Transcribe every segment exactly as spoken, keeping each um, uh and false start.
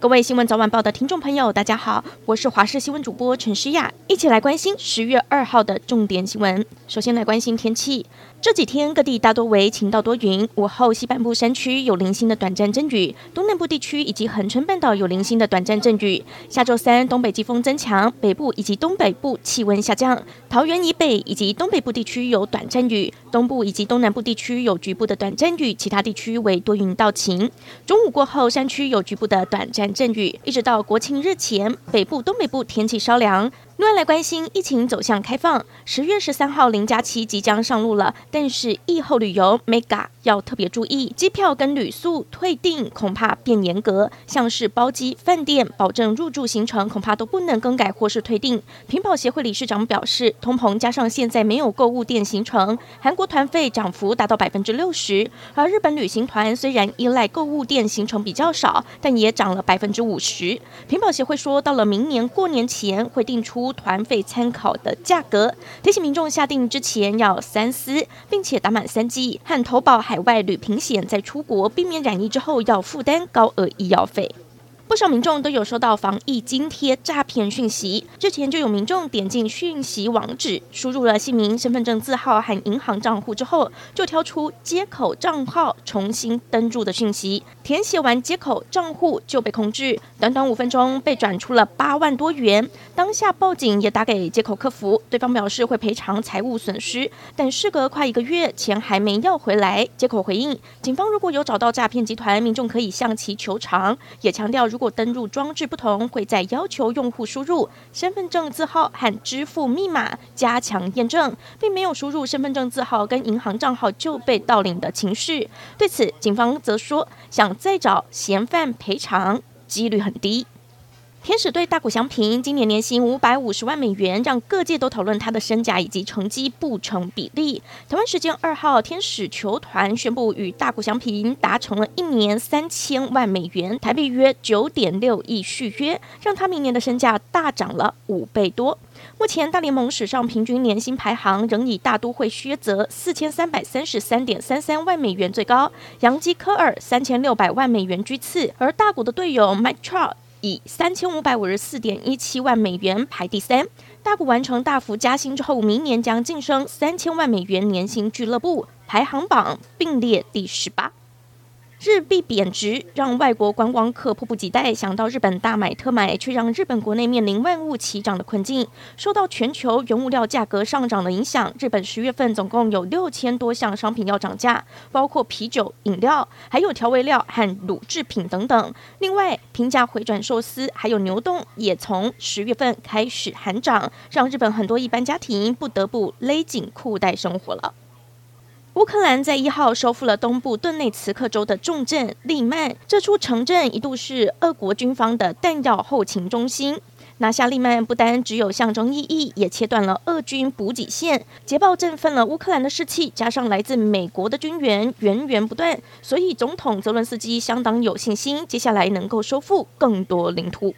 各位新闻早晚报的听众朋友，大家好，我是华视新闻主播陈诗雅，一起来关心十月二号的重点新闻。首先来关心天气，这几天各地大多为晴到多云，午后西半部山区有零星的短暂阵雨，东南部地区以及恒春半岛有零星的短暂阵雨。下周三东北季风增强，北部以及东北部气温下降，桃园以北以及东北部地区有短暂雨，东部以及东南部地区有局部的短暂雨，其他地区为多云到晴。中午过后，山区有局部的短暂阵雨，一直到国庆日前，北部、东北部天气稍凉。另外来关心疫情走向开放，十月十三号零假期即将上路了，但是疫后旅游 Mega 要特别注意，机票跟旅宿退订恐怕变严格，像是包机、饭店保证入住行程恐怕都不能更改或是退订。屏保协会理事长表示，通膨加上现在没有购物店行程，韩国团费涨幅达到百分之六十，而日本旅行团虽然依赖购物店行程比较少，但也涨了百分之五十。屏保协会说，到了明年过年前会定出团费参考的价格，提醒民众下定之前要三思，并且打满三剂和投保海外旅平险再出国，避免染疫之后要负担高额医药费。不少民众都有收到防疫津贴诈骗讯息，之前就有民众点进讯息网址，输入了姓名、身份证字号和银行账户之后，就挑出接口账号重新登入的讯息，填写完接口账户就被控制，短短五分钟被转出了八万多元。当下报警也打给接口客服，对方表示会赔偿财务损失，但事隔快一个月，钱还没要回来。接口回应，警方如果有找到诈骗集团，民众可以向其求偿，也强调如果登入装置不同，会再要求用户输入身份证字号和支付密码加强验证，并没有输入身份证字号跟银行账号就被盗领的情势。对此，警方则说，想再找嫌犯赔偿几率很低。天使队大谷翔平今年年薪五百五十万美元，让各界都讨论他的身价以及成绩不成比例。台湾时间二号，天使球团宣布与大谷翔平达成了一年三千万美元，台币约九点六亿续约，让他明年的身价大涨了五倍多。目前大联盟史上平均年薪排行仍以大都会薛泽四千三百三十三点三三万美元最高，洋基科尔三千六百万美元居次，而大谷的队友 Mike Trout以三千五百五十四点一七万美元排第三。大谷完成大幅加薪之后，明年将晋升三千万美元年薪俱乐部，排行榜并列第十八。日币贬值让外国观光客迫不及待想到日本大买特买，却让日本国内面临万物齐涨的困境。受到全球原物料价格上涨的影响，日本十月份总共有六千多项商品要涨价，包括啤酒、饮料，还有调味料和乳制品等等。另外，平价回转寿司还有牛冻也从十月份开始喊涨，让日本很多一般家庭不得不勒紧裤带生活了。乌克兰在一号收复了东部顿内茨克州的重镇利曼，这处城镇一度是俄国军方的弹药后勤中心。拿下利曼不单只有象征意义，也切断了俄军补给线。捷报振奋了乌克兰的士气，加上来自美国的军援源源不断，所以总统泽伦斯基相当有信心，接下来能够收复更多领土。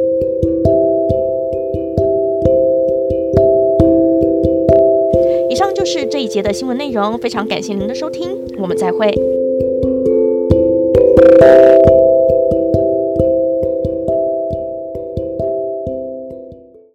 以上就是这一节的新闻内容，非常感谢您的收听，我们再会。